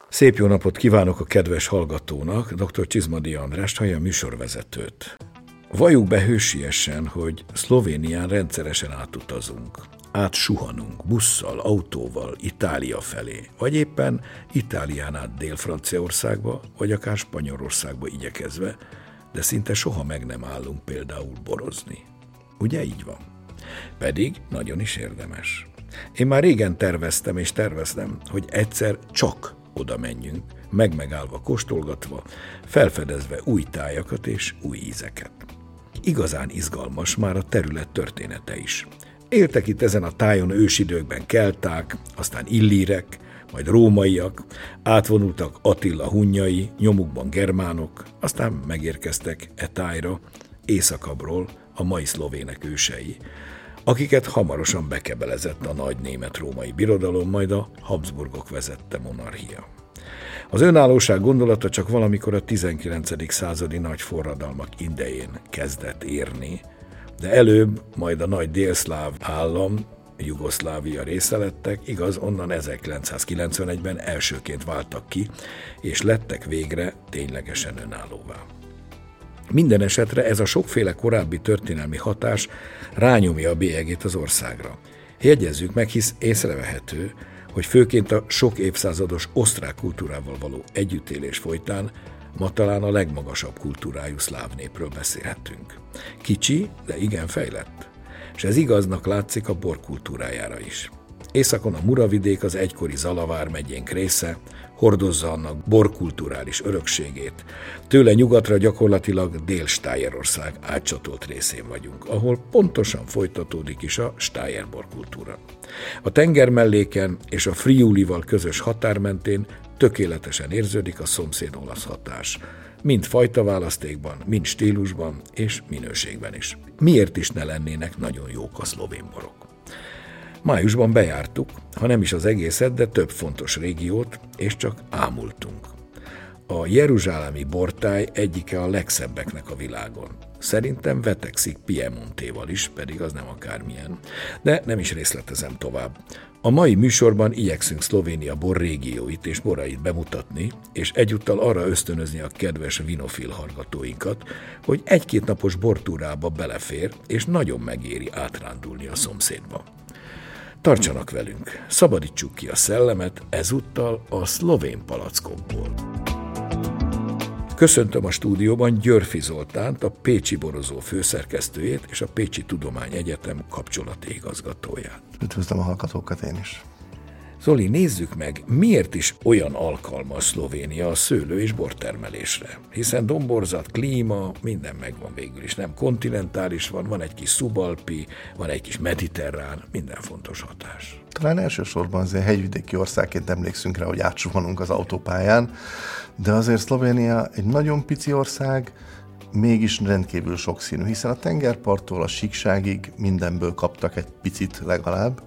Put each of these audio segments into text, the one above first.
Szép jó napot kívánok a kedves hallgatónak, dr. Csizmadi Andrást, hallja a műsorvezetőt. Valljuk be hősiesen, hogy Szlovénián rendszeresen átutazunk. Átsuhanunk busszal, autóval Itália felé, vagy éppen Itálián át Dél-Franciaországba, vagy akár Spanyolországba igyekezve, de szinte soha meg nem állunk például borozni. Ugye így van? Pedig nagyon is érdemes. Én már régen terveztem és terveztem, hogy egyszer csak oda menjünk, megállva kóstolgatva, felfedezve új tájakat és új ízeket. Igazán izgalmas már a terület története is. Éltek itt ezen a tájon ősidőkben kelták, aztán illírek, majd rómaiak, átvonultak Attila hunnyai, nyomukban germánok, aztán megérkeztek e tájra északabbról a mai szlovének ősei, akiket hamarosan bekebelezett a nagy német-római birodalom, majd a Habsburgok vezette monarchia. Az önállóság gondolata csak valamikor a 19. századi nagy forradalmak idején kezdett érni, de előbb majd a nagy délszláv állam, Jugoszlávia része lettek, igaz, onnan 1991-ben elsőként váltak ki, és lettek végre ténylegesen önállóvá. Minden esetre ez a sokféle korábbi történelmi hatás rányomja a bélyegét az országra. Jegyezzük meg, hisz észrevehető, hogy főként a sok évszázados osztrák kultúrával való együttélés folytán ma talán a legmagasabb kultúrájú szláv népről beszélhetünk. Kicsi, de igen fejlett. És ez igaznak látszik a bor kultúrájára is. Északon a Muravidék, az egykori Zalavár megyénk része, hordozza annak borkulturális örökségét. Tőle nyugatra gyakorlatilag Dél-Stájerország átcsatolt részén vagyunk, ahol pontosan folytatódik is a Stájer borkultúra. A tengermelléken és a Friulival közös határ mentén tökéletesen érződik a szomszéd olasz hatás, mind fajtaválasztékban, mind stílusban és minőségben is. Miért is ne lennének nagyon jók a szlovén borok? Májusban bejártuk, ha nem is az egészet, de több fontos régiót, és csak ámultunk. A jeruzsálemi bortáj egyike a legszebbeknek a világon. Szerintem vetekszik Piemontéval is, pedig az nem akármilyen, de nem is részletezem tovább. A mai műsorban igyekszünk Szlovénia borrégióit és borait bemutatni, és egyúttal arra ösztönözni a kedves vinofil hallgatóinkat, hogy egy-két napos bortúrába belefér, és nagyon megéri átrándulni a szomszédba. Tartsanak velünk, szabadítsuk ki a szellemet ezúttal a szlovén palackokból. Köszöntöm a stúdióban Györfi Zoltánt, a Pécsi Borozó főszerkesztőjét és a Pécsi Tudományegyetem kapcsolati igazgatóját. Üdvözlöm a hallgatókat én is. Zoli, nézzük meg, miért is olyan alkalmas Szlovénia a szőlő- és bortermelésre. Hiszen domborzat, klíma, minden megvan végül is. Nem kontinentális van egy kis szubalpi, van egy kis mediterrán, minden fontos hatás. Talán elsősorban azért hegyvidéki országként emlékszünk rá, hogy átsuhanunk az autópályán, de azért Szlovénia egy nagyon pici ország, mégis rendkívül sokszínű, hiszen a tengerparttól a síkságig mindenből kaptak egy picit legalább,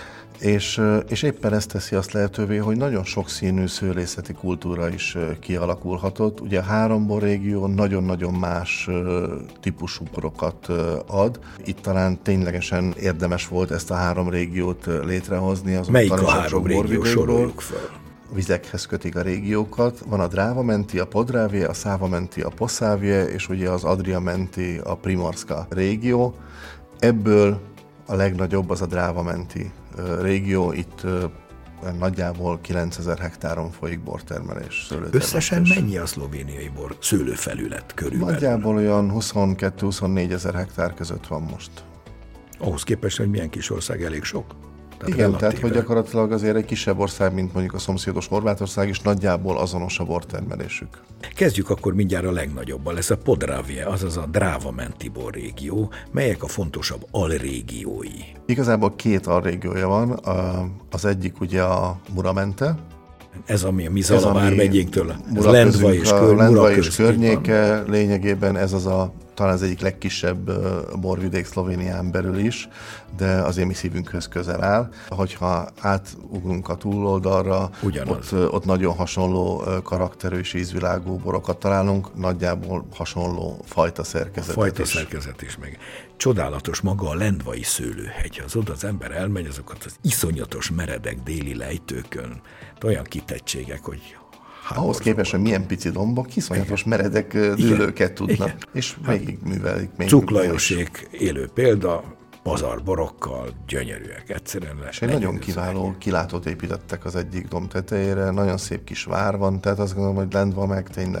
és éppen ez teszi azt lehetővé, hogy nagyon sokszínű szőlészeti kultúra is kialakulhatott. Ugye a három borrégió nagyon-nagyon más típusú borokat ad. Itt talán ténylegesen érdemes volt ezt a három régiót létrehozni. Melyik a három régió, soroljuk fel? Vizekhez kötik a régiókat. Van a Dráva menti, a Podravie, a Száva menti, a Posavie, és ugye az Adria menti, a Primorska régió. Ebből a legnagyobb az a Dráva menti régió, itt nagyjából 9000 hektáron folyik bortermelés. Összesen mennyi a szlovéniai bor szőlőfelület körülbelül? Nagyjából olyan 22-24 ezer hektár között van most. Ahhoz képest, hogy milyen kis ország, elég sok? Igen, tehát hogy gyakorlatilag azért egy kisebb ország, mint mondjuk a szomszédos Horvátország, is nagyjából azonos a bortermelésük. Kezdjük akkor mindjárt a legnagyobbal, ez a Podravie, azaz a Dráva menti borrégió, melyek a fontosabb alrégiói. Igazából két alrégiója van, az egyik ugye a Muramente. Ez ami a mi Zalavár megyénktől, Lendva és környéke, lényegében ez az talán az egyik legkisebb borvidék Szlovénián belül is, de azért mi szívünkhöz közel áll. Hogyha átugrunk a túloldalra, ott nagyon hasonló karakterű és ízvilágú borokat találunk, nagyjából hasonló fajta szerkezet. A fajta szerkezet is meg. Csodálatos maga a lendvai szőlőhegy. Az oda az ember elmegy, azokat az iszonyatos meredek déli lejtőkön, olyan kitettségek, hogy Ahhoz képest, hogy milyen pici dombok, iszonyatos meredek dűlőket tudnak, és végigművelik. Cuk Lajosék élő példa, pazarborokkal, gyönyörűek, egyszerűen. És egy nagyon kiváló kilátót építettek az egyik domb tetejére, nagyon szép kis vár van, tehát azt gondolom, hogy lent van meg tényleg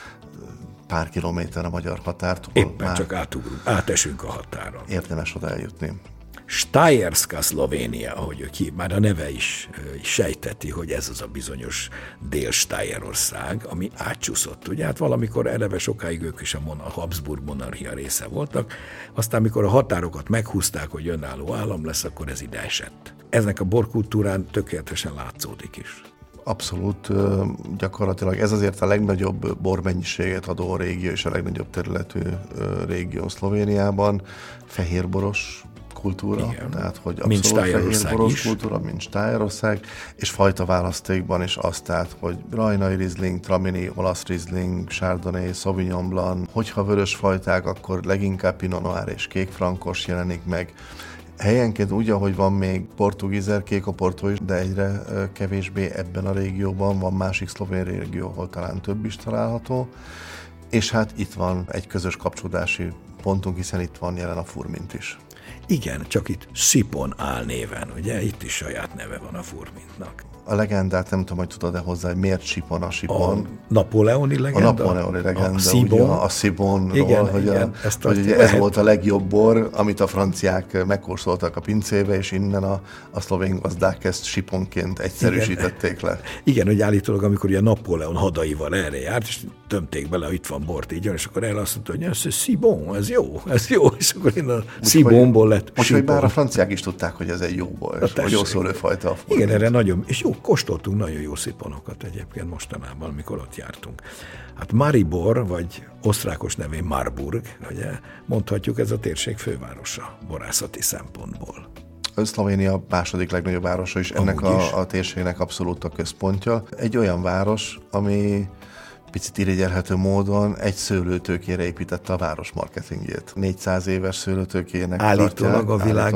pár kilométer a magyar határtól. Éppen csak átesünk a határon. Érdemes oda eljutni. Stajerska Szlovénia, ahogy ők hív, már a neve is sejteti, hogy ez az a bizonyos Dél-Stájerország, ami átcsúszott. Ugye hát valamikor eleve sokáig ők is a Habsburg monarchia része voltak, aztán mikor a határokat meghúzták, hogy önálló állam lesz, akkor ez ide esett. Eznek a borkultúrán tökéletesen látszódik is. Abszolút, gyakorlatilag ez azért a legnagyobb bormennyiséget adó régió és a legnagyobb területű régió Szlovéniában, fehérboros kultúra, igen. Tehát hogy abszolút fehérboros kultúra, mint Stájerország, és fajta választékban is azt, tehát, hogy rajnai Riesling, Tramini, olasz Riesling, Chardonnay, Sauvignon Blanc, hogyha vörös fajták, akkor leginkább Pinot Noir és kékfrankos jelenik meg. Helyenként úgy, ahogy van még portugízer, kék a portó is, de egyre kevésbé ebben a régióban, van másik szlovén régió, ahol talán több is található, és hát itt van egy közös kapcsolódási pontunk, hiszen itt van jelen a Furmint is. Igen, csak itt Sipon álnéven, ugye? Itt is saját neve van a Furmintnak. A legendát nem tudom, hogy tudod-e hozzá, hogy miért Sipon a Sipon. A napóleoni legenda? A napóleoni legenda, ugye a Sibonról, igen, hogy, igen, hogy ugye ez volt a legjobb bor, amit a franciák megkóstoltak a pincébe, és innen a szlovén gazdák ezt Siponként egyszerűsítették le. Igen, hogy állítólag, amikor ugye Napóleon hadaival erre járt, és tömték bele, hogy itt van bort, így, és akkor erre azt mondta, hogy ez Sibon, ez jó, és akkor innen a Sibonból lett Sipon. Úgyhogy bár a franciák is tudták, hogy ez egy jó bor, hogy jó szőlőfajta. Igen, erre nagyon, és jó, kóstoltunk nagyon jó sziponokat egyébként mostanában, amikor ott jártunk. Hát Maribor, vagy osztrákos nevén Marburg, ugye, mondhatjuk, ez a térség fővárosa borászati szempontból. Szlovénia második legnagyobb városa is, ennek a térségnek abszolút a központja. Egy olyan város, ami picit irigyelhető módon egy szőlőtőkére építette a város marketingjét. 400 éves szőlőtőkének állítólag a világ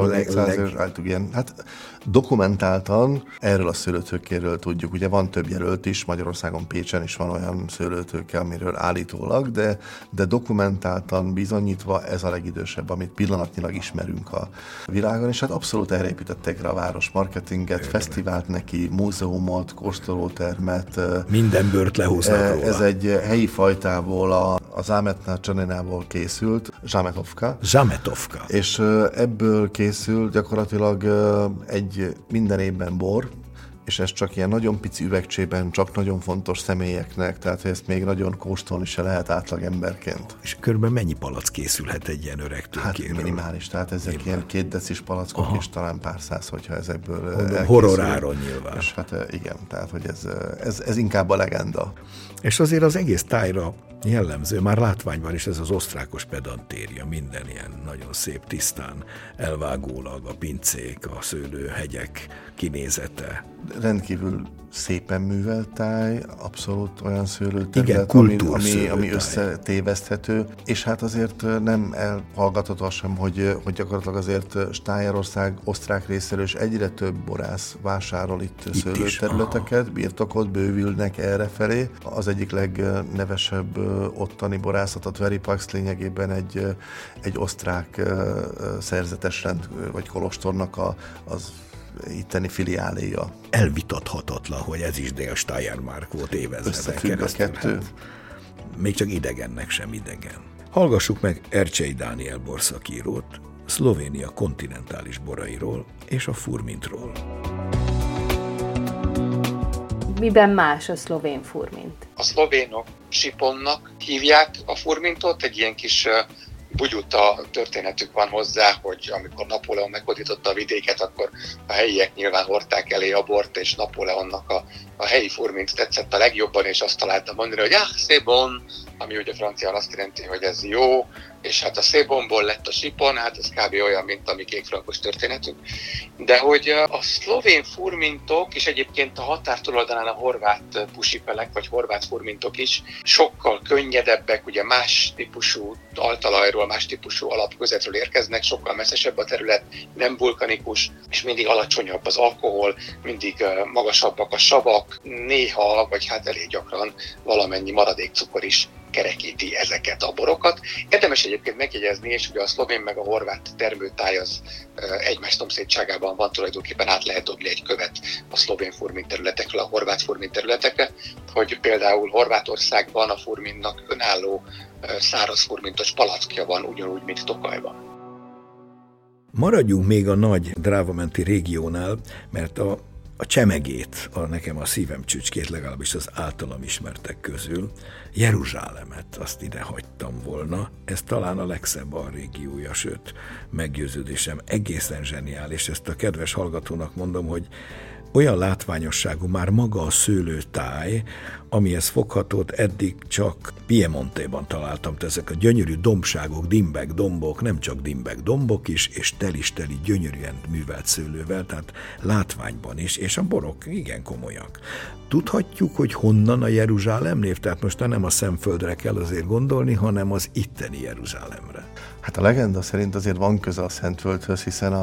Hát dokumentáltan erről a szőlőtőkéről tudjuk. Ugye van több jelölt is, Magyarországon, Pécsen is van olyan szőlőtőke, amiről állítólag, de dokumentáltan bizonyítva ez a legidősebb, amit pillanatnyilag ismerünk a világon, és hát abszolút erre építették rá a város marketinget, fesztivált neki, múzeumot, kóstolótermet. Minden bőrt lehúznak róla. Ez egy helyi fajtából, az Zámetná Csaninából készült, Zámetovka. És ebből készül gyakorlatilag egy minden évben bor, és ez csak ilyen nagyon pici üvegcsében, csak nagyon fontos személyeknek, tehát ezt még nagyon kóstolni se lehet átlag emberként. És körülbelül mennyi palack készülhet egy ilyen öreg tőkéről? Hát minimális, tehát ezek ilyen 2 decis palackok, és talán pár száz, hogyha ezekből elkészül. Horroráron nyilván. És hát igen, tehát hogy ez inkább a legenda. És azért az egész tájra jellemző, már látványban is ez az osztrákos pedantéria, minden ilyen nagyon szép, tisztán elvágólag, a pincék, a szőlőhegyek kinézete. Rendkívül szépen művelt táj, abszolút olyan szőlőterület, ami összetéveszthető, és hát azért nem elhallgatható sem, hogy gyakorlatilag azért Stájerország osztrák részéről is egyre több borász vásárol itt szőlőterületeket, birtokot bővülnek errefelé. Az egyik legnevesebb ottani borászat, a Tveripax lényegében egy osztrák szerzetes rend, vagy kolostornak az itteni filiáléja. Elvitathatatlan, hogy ez is Dél-Steiermark volt évezreden keresztül. Hát, még csak idegennek sem idegen. Hallgassuk meg Ercsei Dániel borszakírót, Szlovénia kontinentális borairól és a Furmintról. Miben más a szlovén Furmint? A szlovénok Siponnak hívják a Furmintot, egy ilyen kis bugyuta történetük van hozzá, hogy amikor Napóleon meghódította a vidéket, akkor a helyiek nyilván hordták elé a bort, és Napóleonnak a helyi Furmint tetszett a legjobban, és azt találta mondani, hogy c'est bon, ami ugye francián azt jelenti, hogy ez jó, és hát a c'est bonból lett a Sipon, hát ez kb. Olyan, mint a mi kékfrankos történetünk. De hogy a szlovén furmintok, és egyébként a határ túloldalán a horvát pusipelek, vagy horvát furmintok is sokkal könnyedebbek, ugye más típusú altalajról, más típusú alapközetről érkeznek, sokkal messzesebb a terület, nem vulkanikus, és mindig alacsonyabb az alkohol, mindig magasabbak a savak, boroknak néha, vagy hát elég gyakran valamennyi maradékcukor is kerekíti ezeket a borokat. Érdemes egyébként megjegyezni, és ugye a szlovén meg a horvát termőtáj az egymás szomszédságában van, tulajdonképpen át lehet dobni egy követ a szlovén furmin területekről a horvát furmin területekre, hogy például Horvátországban a furminnak önálló száraz furmintos palackja van, ugyanúgy, mint Tokajban. Maradjunk még a nagy Drávamenti régiónál, mert a csemegét, nekem a szívem csücskét, legalábbis az általam ismertek közül, Jeruzsálemet, azt ide hagytam volna. Ez talán a legszebb a régiója, sőt, meggyőződésem egészen zseniális. Ezt a kedves hallgatónak mondom, hogy olyan látványosságú már maga a szőlőtáj, amihez foghatót eddig csak Piemontéban találtam, ezek a gyönyörű dombságok, dimbek, dombok, nem csak dimbek, dombok is, és teli gyönyörűen művelt szőlővel, tehát látványban is, és a borok igen komolyak. Tudhatjuk, hogy honnan a Jeruzsálem név, tehát most nem a Szentföldre kell azért gondolni, hanem az itteni Jeruzsálemre. Hát a legenda szerint azért van köze a Szentföldhöz, hiszen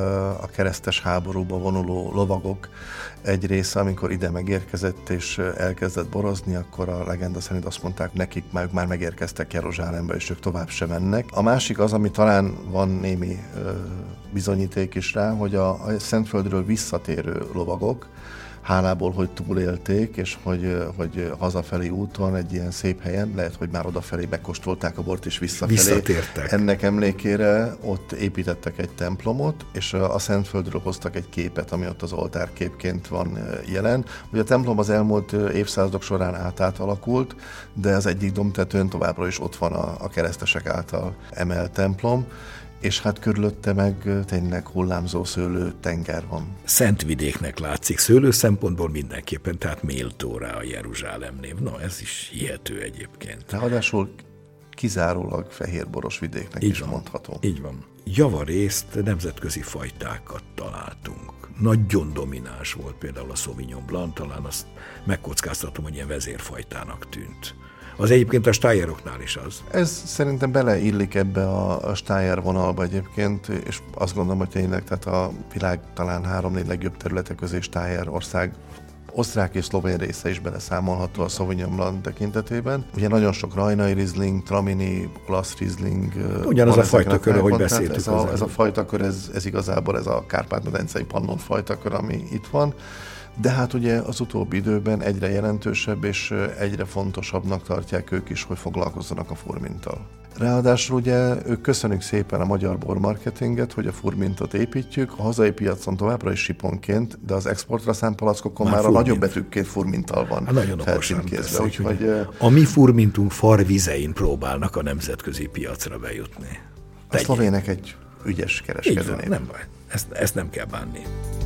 a keresztes háborúba vonuló lovagok egy része, amikor ide megérkezett és elkezdett borozni, akkor a legenda szerint azt mondták nekik, már megérkeztek Jeruzsálembe, és ők tovább se mennek. A másik az, ami talán van némi bizonyíték is rá, hogy a Szentföldről visszatérő lovagok, hálából, hogy túlélték, és hogy hazafelé úton egy ilyen szép helyen, lehet, hogy már odafelé megkóstolták a bort, és visszatértek. Ennek emlékére ott építettek egy templomot, és a Szentföldről hoztak egy képet, ami ott az oltárképként van jelen. Ugye a templom az elmúlt évszázadok során átalakult, de az egyik dombtetőn továbbra is ott van a keresztesek által emelt templom, és hát körülötte meg tényleg hullámzó szőlő tenger van. Szentvidéknek látszik szőlő szempontból mindenképpen, tehát méltó rá a Jeruzsálem név. Na, ez is hihető egyébként. Ráadásul kizárólag fehérboros vidéknek így is van, mondható. Így van. Javarészt nemzetközi fajtákat találtunk. Nagyon domináns volt például a Sauvignon Blanc, talán azt megkockáztatom, hogy ilyen vezérfajtának tűnt. Az egyébként a Steyeroknál is az. Ez szerintem beleillik ebbe a Steyr vonalba egyébként, és azt gondolom, hogy tényleg, tehát a világ talán 3-4 legjobb területe közé Steyerország osztrák és szlovén része is beleszámolható a Sauvignon Blanc tekintetében. Ugye nagyon sok rajnai Riesling, Tramini, olasz Riesling. Ugyanaz a fajtakör, ahogy beszéltük. Ez a fajtakör, ez igazából ez a Kárpát-medencei Pannon fajtakör, ami itt van. De hát ugye az utóbbi időben egyre jelentősebb és egyre fontosabbnak tartják ők is, hogy foglalkozzanak a furminttal. Ráadásul ugye ők köszönjük szépen a magyar bormarketinget, hogy a furmintot építjük, a hazai piacon továbbra is siponként, de az exportra szánt palackokon már a nagyobb betűkként furminttal van felcímkézve. Úgyhogy a mi furmintunk farvizein próbálnak a nemzetközi piacra bejutni. A szlovének egy ügyes kereskedőnév. Nem baj, ezt nem kell bánni.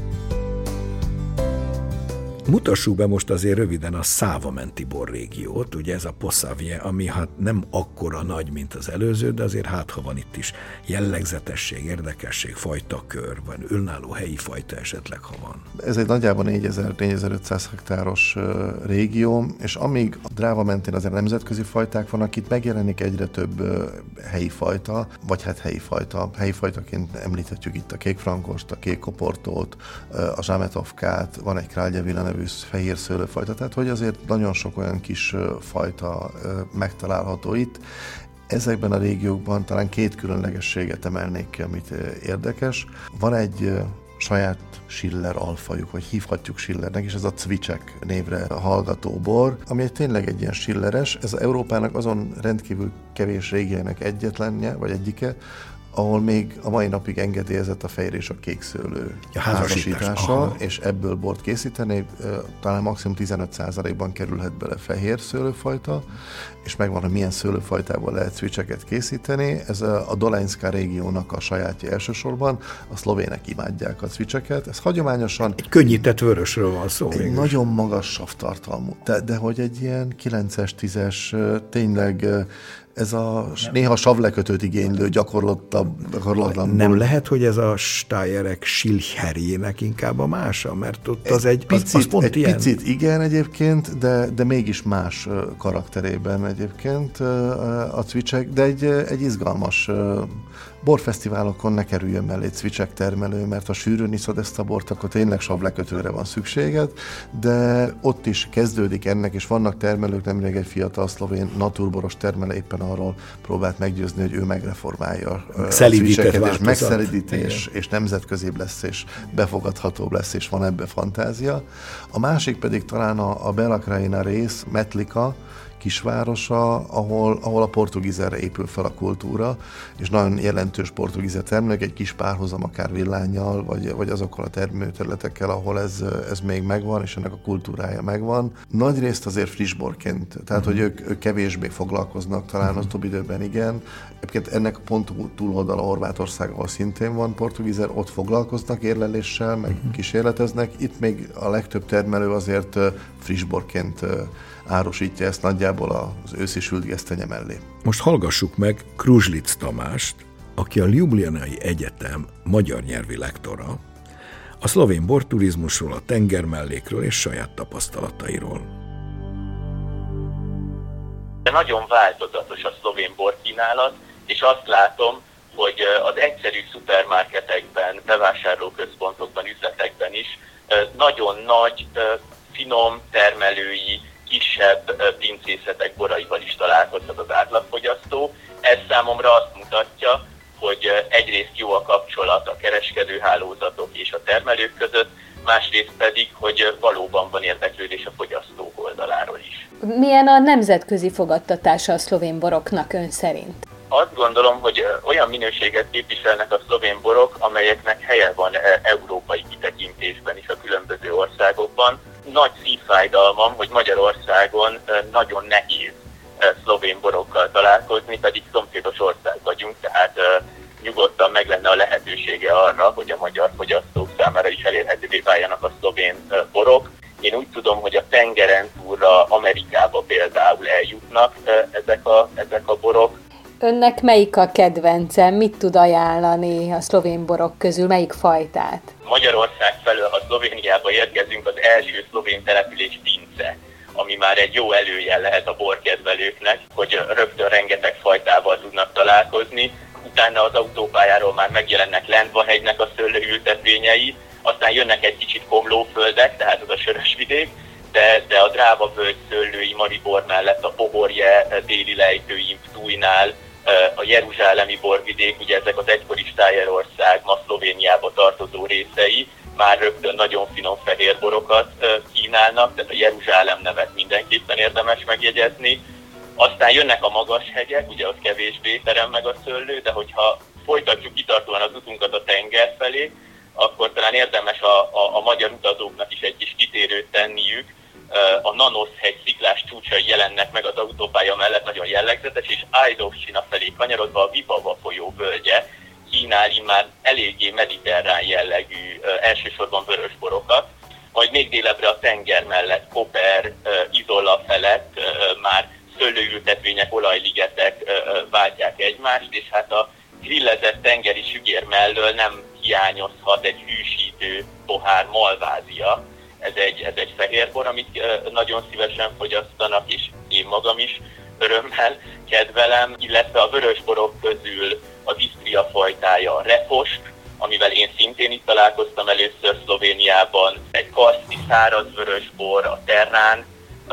Mutassuk be most azért röviden a Szávamenti borrégiót, ugye ez a Posavie, ami hát nem akkora nagy, mint az előző, de azért ha van itt is jellegzetesség, érdekesség, fajtakör, vagy önálló helyi fajta esetleg, ha van. Ez egy nagyjából 4000-4500 hektáros régió, és amíg a Dráva mentén azért nemzetközi fajták vannak, itt megjelenik egyre több helyi fajta, vagy hát helyi fajta. Helyi fajtaként említhetjük itt a kékfrankost, a kékkoportót, a zsámetovkát, van egy Králjevila nevű fehér szőlőfajta, tehát hogy azért nagyon sok olyan kis fajta megtalálható itt. Ezekben a régiókban talán 2 különlegességet emelnék ki, amit érdekes. Van egy saját Schiller alfajuk, vagy hívhatjuk Schillernek, és ez a Cvicsek névre hallgató bor, ami tényleg egy ilyen schilleres, ez Európának azon rendkívül kevés régiójának egyetlenje, vagy egyike, ahol még a mai napig engedélyezett a fehér és a kék szőlő házasítása, és ebből bort készíteni, talán maximum 15%-ban kerülhet bele fehér szőlőfajta, és megvan, hogy milyen szőlőfajtából lehet cvicseket készíteni. Ez a Dolenjská régiónak a sajátja elsősorban, a szlovének imádják a cvicseket. Ez hagyományosan... Egy könnyített vörösről van szó. Egy nagyon magas savtartalmú, de hogy egy ilyen 9-es, 10-es, tényleg ez a néha savlekötőt igénylő gyakorlatlan. Nem lehet, hogy ez a Steyerek Schilcherjének inkább a mása, mert ott az egy picit igen egyébként, de mégis más karakterében egyébként a cvicsek, de egy izgalmas Borfesztiválokon ne kerüljön mellé cvicsek termelő, mert ha sűrűn iszod ezt a bort, akkor tényleg savlekötőre van szükséged, de ott is kezdődik ennek, és vannak termelők, nemrég egy fiatal szlovén naturboros termelő éppen arról próbált meggyőzni, hogy ő megreformálja a cvicseket, és megszelidíti, és nemzetközébb lesz, és befogadhatóbb lesz, és van ebbe fantázia. A másik pedig talán a Bela Krajina rész, Metlika, kisvárosa, ahol a portugízerre épül fel a kultúra, és nagyon jelentős portugízer termelők, egy kis párhuzam akár villánnyal, vagy azokkal a termőterületekkel, ahol ez még megvan, és ennek a kultúrája megvan. Nagyrészt azért frissborként, tehát hogy ők kevésbé foglalkoznak, talán az utóbbi időben igen. Egyébként ennek a pont túloldala Horvátország, ahol szintén van portugízer, ott foglalkoznak érleléssel, meg kísérleteznek. Itt még a legtöbb termelő azért frissborként árusítja ezt nagyjából az őszi sült gesztenye mellé. Most hallgassuk meg Kružlic Tamást, aki a Ljubljanai Egyetem magyar nyelvi lektora, a szlovén borturizmusról, a tengermellékről és saját tapasztalatairól. Nagyon változatos a szlovén borkínálat, és azt látom, hogy az egyszerű szupermarketekben, bevásárlóközpontokban, üzletekben is nagyon nagy, finom termelői, kisebb pincészetek boraival is találkozhat az átlagfogyasztó. Ez számomra azt mutatja, hogy egyrészt jó a kapcsolat a kereskedőhálózatok és a termelők között, másrészt pedig, hogy valóban van érdeklődés a fogyasztók oldaláról is. Milyen a nemzetközi fogadtatása a szlovén boroknak ön szerint? Azt gondolom, hogy olyan minőséget képviselnek a szlovén borok, amelyeknek helye van európai kitekintésben is a különböző országokban. Nagy szívfájdalmam, hogy Magyarországon nagyon nehéz szlovén borokkal találkozni, pedig szomszédos ország vagyunk, tehát nyugodtan meg lenne a lehetősége arra, hogy a magyar fogyasztók számára is elérhetővé váljanak a szlovén borok. Én úgy tudom, hogy a tengeren túlra, Amerikába például eljutnak ezek a borok. Önnek melyik a kedvence? Mit tud ajánlani a szlovén borok közül? Melyik fajtát? Magyarország felől, ha Szlovéniába érkezünk, az első szlovén település Pince, ami már egy jó előjel lehet a borkedvelőknek, hogy rögtön rengeteg fajtával tudnak találkozni. Utána az autópályáról már megjelennek Lendvahegynek a szőlőültetvényei, aztán jönnek egy kicsit komlóföldek, tehát az a Sörösvidék, de a Dráva-völgy szőlői Maribor mellett a Pohorje déli lejtői Ptujnál, a jeruzsálemi borvidék, ugye ezek az egykori Stájerország, ma Szlovéniába tartozó részei, már rögtön nagyon finom fehér borokat kínálnak, tehát a Jeruzsálem nevet mindenképpen érdemes megjegyezni. Aztán jönnek a magas hegyek, ugye ott kevésbé terem meg a szőlő, de hogyha folytatjuk kitartóan az utunkat a tenger felé, akkor talán érdemes a magyar utazóknak is egy kis kitérőt tenniük. A Nanosz-hegy sziklás csúcsai jelennek meg az autópálya mellett, nagyon jellegzetes, és Ajdovsina felé kanyarodva a Vipava folyó völgye kínál immár eléggé mediterrán jellegű, elsősorban vörösborokat, majd még délebbre a tenger mellett, Koper, Izola felett már szőlőültetvények, olajligetek váltják egymást, és hát a grillezett tengeri sügér mellől nem hiányozhat egy hűsítő pohár malvázia. Ez egy fehérbor, amit nagyon szívesen fogyasztanak, és én magam is örömmel kedvelem, illetve a vörösborok közül az Isztria fajtája a Refosk, amivel én szintén itt találkoztam először Szlovéniában, egy karszti száraz vörösbor, a Terrán,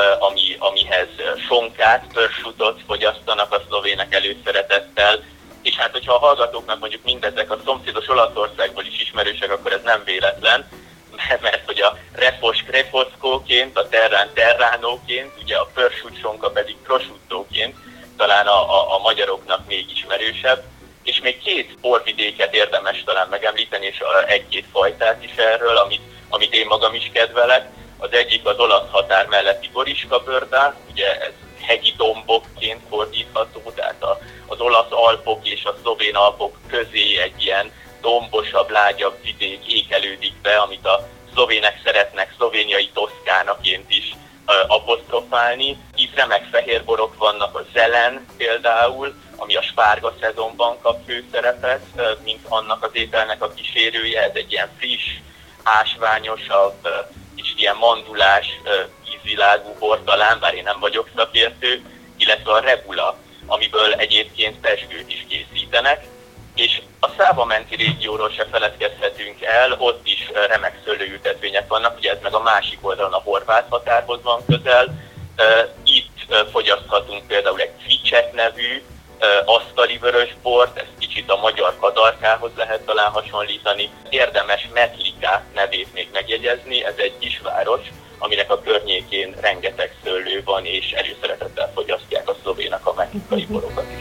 amihez sonkát, pörssutot fogyasztanak a szlovének előszeretettel, és hát hogyha a hallgatóknak mondjuk mindezek a szomszédos Olaszországból is ismerősek, akkor ez nem véletlen, mert hogy a Refosk Refoszkóként, a Terrán Terránóként, ugye a pörsut sonka pedig prosciuttóként talán a magyaroknak még ismerősebb. És még két borvidéket érdemes talán megemlíteni, és egy-két fajtát is erről, amit én magam is kedvelek. Az egyik az olasz határ melletti Goriška Brda, ugye ez hegyi dombokként fordítható, tehát az olasz Alpok és a szlovén Alpok közé egy ilyen dombosabb, lágyabb vidék ékelődik be, amit a szlovének szeretnek szlovéniai Toszkánaként is apostrofálni. Itt remek fehérborok vannak, a Zelen például, ami a spárga szezonban kap főszerepet, mint annak az ételnek a kísérője. Ez egy ilyen friss, ásványosabb, és ilyen mandulás ízvilágú bor talán, bár én nem vagyok szakértő, illetve a Rebula, amiből egyébként pezsgőt is készítenek. És a Száva-menti régióról se feledkezhetünk el, ott is remek szőlőültetvények vannak, ugye ez meg a másik oldalon a horvát határhoz van közel. Itt fogyaszthatunk például egy Cvicsek nevű asztali vörösbort, ezt kicsit a magyar kadarkához lehet talán hasonlítani. Érdemes Metlika nevét még megjegyezni, ez egy kisváros, aminek a környékén rengeteg szőlő van, és előszeretettel fogyasztják a szlovének a metlikai borokat is.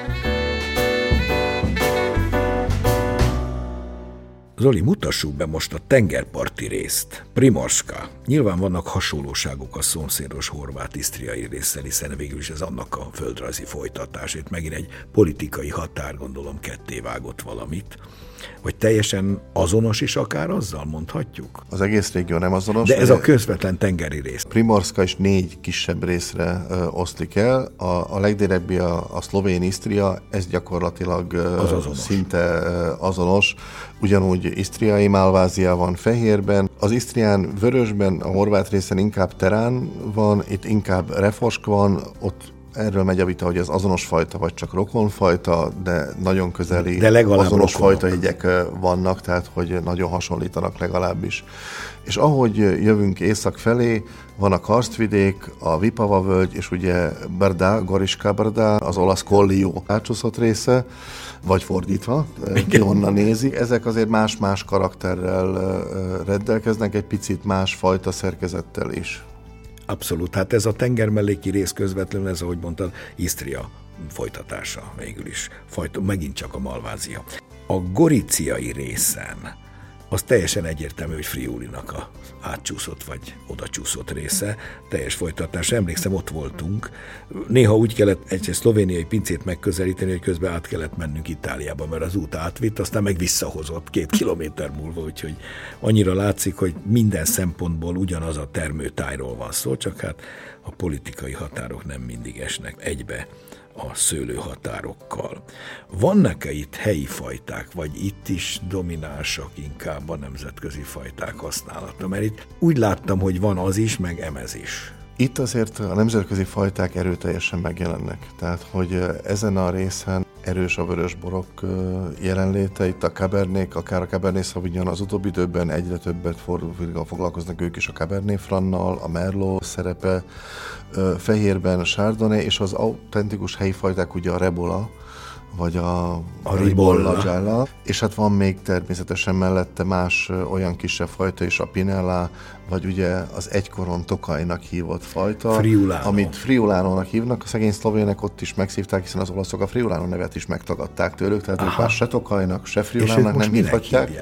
Zoli, mutassuk be most a tengerparti részt. Primorska. Nyilván vannak hasonlóságok a szomszédos horvát-isztriai résszel, hiszen végül is ez annak a földrajzi folytatás. Itt megint egy politikai határ, gondolom, kettévágott valamit. Vagy teljesen azonos is akár azzal mondhatjuk? Az egész régió nem azonos. De ez a közvetlen tengeri rész. Primorska is 4 kisebb részre oszlik el. A legdélebbi a szlovén Isztria, ez gyakorlatilag szinte azonos. Ugyanúgy isztriai Malvázia van fehérben. Az isztrián vörösben, a horvát részen inkább terán van, itt inkább reforsk van, ott erről megy a vita, hogy ez azonos fajta, vagy csak rokonfajta, de nagyon közeli de azonos fajtajegyek vannak, tehát hogy nagyon hasonlítanak legalábbis. És ahogy jövünk észak felé, van a karstvidék, a Vipava völgy, és ugye Brda, Goriška Brda, az olasz Kollió átsúszott része, vagy fordítva, ki onnan nézi. Ezek azért más-más karakterrel rendelkeznek, egy picit más fajta szerkezettel is. Abszolút, hát ez a tengermelléki rész közvetlenül, ez ahogy mondtad, Isztria folytatása végül is. Megint csak a Malvázia. A goríciai részen az teljesen egyértelmű, hogy Friulinak a átcsúszott vagy odacsúszott része, teljes folytatás. Emlékszem, ott voltunk. Néha úgy kellett egy szlovéniai pincét megközelíteni, hogy közben át kellett mennünk Itáliába, mert az út átvitt, aztán meg visszahozott 2 kilométer múlva, úgyhogy annyira látszik, hogy minden szempontból ugyanaz a termőtájról van szó, csak hát a politikai határok nem mindig esnek egybe a szőlőhatárokkal. Vannak-e itt helyi fajták, vagy itt is dominánsak inkább a nemzetközi fajták használata? Mert itt úgy láttam, hogy van az is, meg emez is. Itt azért a nemzetközi fajták erőteljesen megjelennek. Tehát, hogy ezen a részen erős a vörösborok jelenléte, itt a Cabernet, akár a Cabernet Sauvignon az utóbbi időben egyre többet foglalkoznak ők is a Cabernet Frannal, a Merlot szerepe, fehérben a Chardonnay, és az autentikus helyi fajták ugye a Rebola, vagy a Ribolla Gialla, és hát van még természetesen mellette más olyan kisebb fajta is, a Pinella, vagy ugye az egykoron Tokajnak hívott fajta, Friulano. Amit Friulánónak hívnak, a szegény szlovének ott is megszívták, hiszen az olaszok a Friulano nevet is megtagadták tőlük, tehát ők már se Tokajnak, se Friulának nem hívhatják.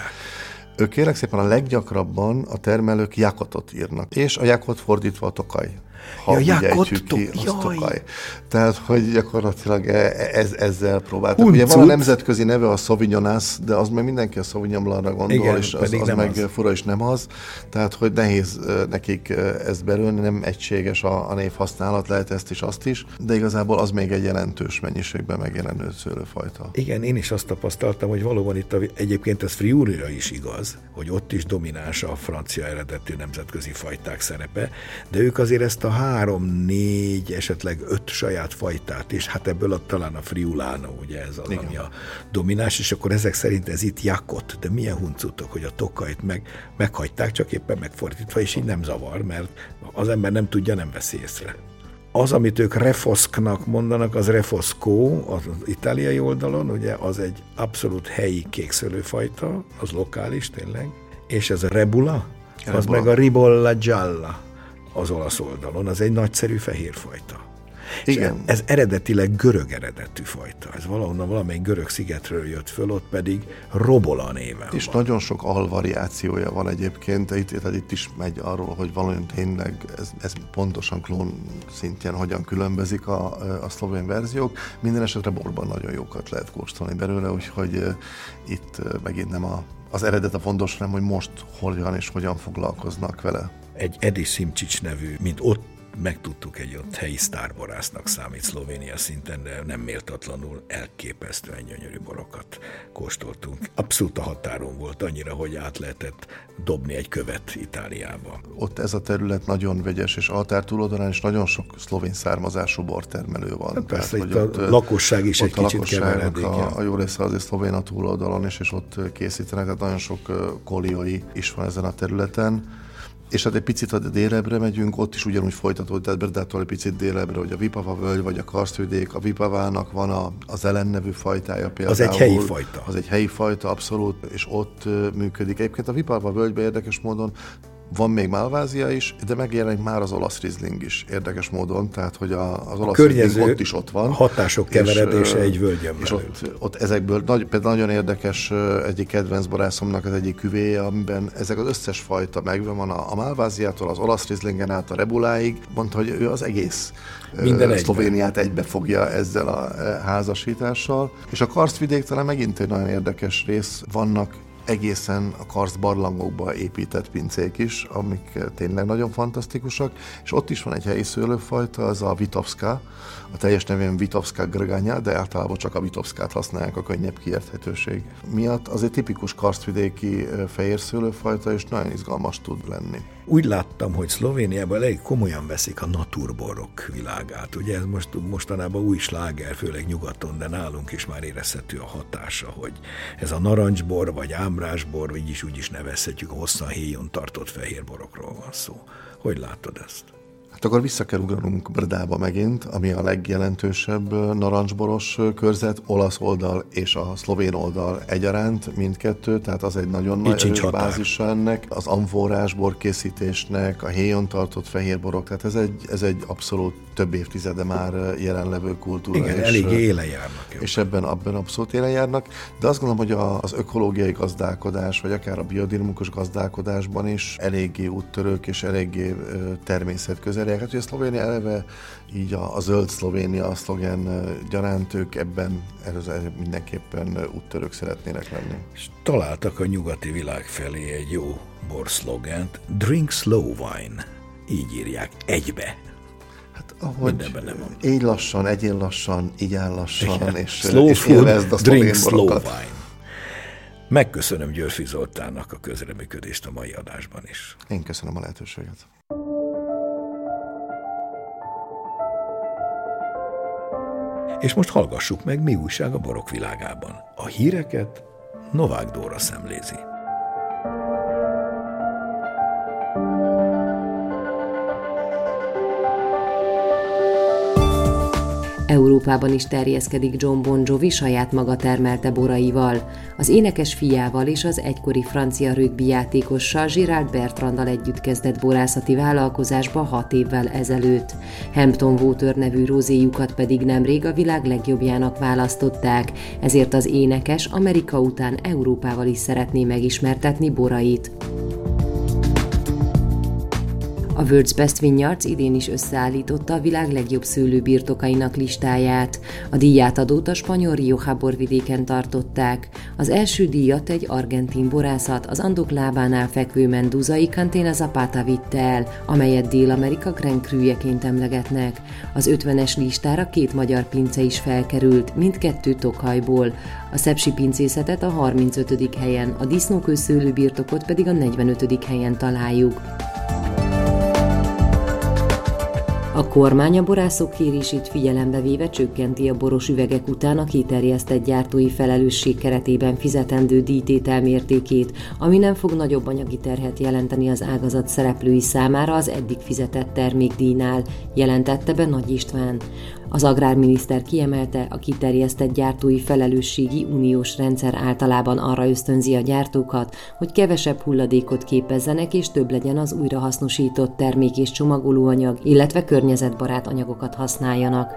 Ők kérlek szépen a leggyakrabban a termelők Jakotot írnak, és a Jakot fordítva a Tokaj. Ha úgy ejtjük ki, az Tokaj. Tehát, hogy gyakorlatilag ezzel próbáltak. Ugye van a nemzetközi neve a Sauvignonas, de az meg mindenki a Sauvignon Blancra gondol, igen, és az meg fura is nem az. Tehát, hogy nehéz nekik ezt belőni, nem egységes a névhasználat, lehet ezt is, azt is, de igazából az még egy jelentős mennyiségben megjelenő szőlőfajta. Igen, én is azt tapasztaltam, hogy valóban itt egyébként ez Friulira is igaz, hogy ott is domináns a francia eredetű nemzetközi fajták szerepe, de ők azért ezt a 3-4, esetleg 5 saját fajtát, és hát ebből talán a Friulano, ugye ez az, ami a domináns, és akkor ezek szerint ez itt Jakot, de milyen huncutok, hogy a Tokajt meghagyták, csak éppen megfordítva, és így nem zavar, mert az ember nem tudja, nem veszi észre. Az, amit ők refoszknak mondanak, az refosco, az itáliai oldalon, ugye az egy abszolút helyi kékszőlőfajta, az lokális tényleg, és ez a Rebula, az meg a Ribolla Gialla az olasz oldalon, az egy nagyszerű fehérfajta. Igen. Ez eredetileg görög eredetű fajta. Ez valamelyik görög szigetről jött föl, ott pedig Robola néven és van. Nagyon sok alvariációja van egyébként, itt is megy arról, hogy valami tényleg ez pontosan klón szintjén hogyan különbözik a szlovén verziók. Minden esetre borban nagyon jókat lehet kóstolni belőle, úgyhogy itt megint nem az eredet a fontos, hanem hogy most hogyan és hogyan foglalkoznak vele. Egy Edi Simčić nevű, mint ott megtudtuk, egy ott helyi sztárborásznak számít Szlovénia szinten, de nem méltatlanul elképesztően gyönyörű borokat kóstoltunk. Abszolút a határon volt, annyira, hogy át lehetett dobni egy követ Itáliába. Ott ez a terület nagyon vegyes, és a határ túloldalán is nagyon sok szlovén származású bortermelő van. Hát persze, itt a lakosság is egy kicsit keveredik. A jó része azért szlovén a túloldalon is, és ott készítenek, tehát nagyon sok koliói is van ezen a területen. És hát egy picit a délebbre megyünk, ott is ugyanúgy folytatódik, tehát Brdától egy picit délebbre, hogy a Vipava völgy, vagy a karsztvidék, a Vipavának van az Ellen nevű fajtája például. Az egy helyi fajta. Az egy helyi fajta, abszolút, és ott működik. Egyébként a Vipava völgyben érdekes módon van még Malvázia is, de megjelenik már az olasz rizling is érdekes módon, tehát hogy az olasz rizling ott is ott van. Hatások keveredése egy völgyön és ott ezekből például nagyon érdekes egyik kedvenc borászomnak az egyik küvéje, amiben ezek az összes fajta megvan, a Malváziától, az olasz rizlingen át a Rebuláig, mondta, hogy ő az egész Szlovéniát egybe fogja ezzel a házasítással. És a karsztvidék talán megint egy nagyon érdekes rész, vannak egészen a karst barlangokba épített pincék is, amik tényleg nagyon fantasztikusak, és ott is van egy helyi szőlőfajta, az a Vitovska, a teljes nevén Vitovska Grganya, de általában csak a Vitovskát használják a könnyebb kiérthetőség miatt. Az egy tipikus karstvidéki fehér szőlőfajta, és nagyon izgalmas tud lenni. Úgy láttam, hogy Szlovéniában elég komolyan veszik a naturborok világát. Ugye ez mostanában új sláger, főleg nyugaton, de nálunk is már érezhető a hatása, hogy ez a narancsbor, vagy ámrásbor, így is úgy is nevezhetjük, a hosszan héjon tartott fehérborokról van szó. Hogy látod ezt? Hát akkor vissza kell ugranunk Brdába megint, ami a legjelentősebb narancsboros körzet, olasz oldal és a szlovén oldal egyaránt, mindkettő, tehát az egy nagyon nagy erős bázisa ennek, az amforás borkészítésnek, a héjon tartott fehérborok, tehát ez egy abszolút több évtizede már jelenlevő kultúra. Igen, elég élen járnak. És abban abszolút élen járnak, de azt gondolom, hogy az ökológiai gazdálkodás, vagy akár a biodinamikus gazdálkodásban is eléggé úttörők és eléggé természetközel. Hát ugye Szlovénia eleve így a zöld Szlovénia a szlogen gyaránt, ők ebben mindenképpen úttörők szeretnének lenni. És találtak a nyugati világ felé egy jó borszlogent, Drink Slow Wine, így írják, egybe. Hát ahogy égy lassan, egyél lassan, igyál lassan, igen. És slow food, a drink slow wine. Megköszönöm Györfi Zoltánnak a közreműködést a mai adásban is. Én köszönöm a lehetőséget. És most hallgassuk meg, mi újság a borok világában. A híreket Novák Dóra szemlézi. Európában is terjeszkedik John Bon Jovi saját maga termelte boraival. Az énekes fiával és az egykori francia rögbi játékossal, Gérald Bertranddal együtt kezdett borászati vállalkozásba 6 évvel ezelőtt. Hampton Water nevű rozéjukat pedig nemrég a világ legjobbjának választották, ezért az énekes Amerika után Európával is szeretné megismertetni borait. A World's Best Vineyards idén is összeállította a világ legjobb szőlőbirtokainak listáját. A díjátadót a spanyol Rioja borvidéken tartották. Az első díjat egy argentin borászat, az Andok lábánál fekvő menduzai Cantina Zapata vitte el, amelyet Dél-Amerika Grand Crujeként emlegetnek. Az 50-es listára 2 magyar pince is felkerült, mindkettő Tokajból. A szepsi pincészetet a 35. helyen, a disznókő szőlőbirtokot pedig a 45. helyen találjuk. A kormány a borászok kérését figyelembe véve csökkenti a boros üvegek után a kiterjesztett gyártói felelősség keretében fizetendő díjtétel mértékét, ami nem fog nagyobb anyagi terhet jelenteni az ágazat szereplői számára az eddig fizetett termékdíjnál, jelentette be Nagy István. Az agrárminiszter kiemelte, a kiterjesztett gyártói felelősségi uniós rendszer általában arra ösztönzi a gyártókat, hogy kevesebb hulladékot képezzenek és több legyen az újrahasznosított termék és csomagolóanyag, illetve környezetbarát anyagokat használjanak.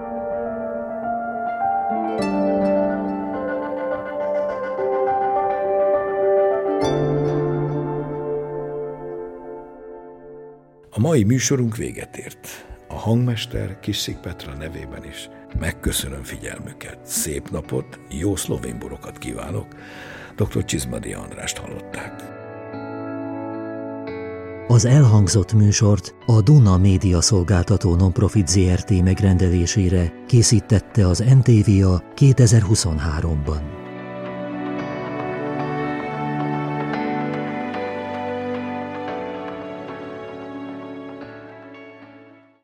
A mai műsorunk véget ért. A hangmester Kisszik Petra nevében is megköszönöm figyelmüket. Szép napot, jó szlovén borokat kívánok. Dr. Csizmadia Andrást hallották. Az elhangzott műsort a Duna Média Szolgáltató Nonprofit Zrt. Megrendelésére készítette az NTVA 2023-ban.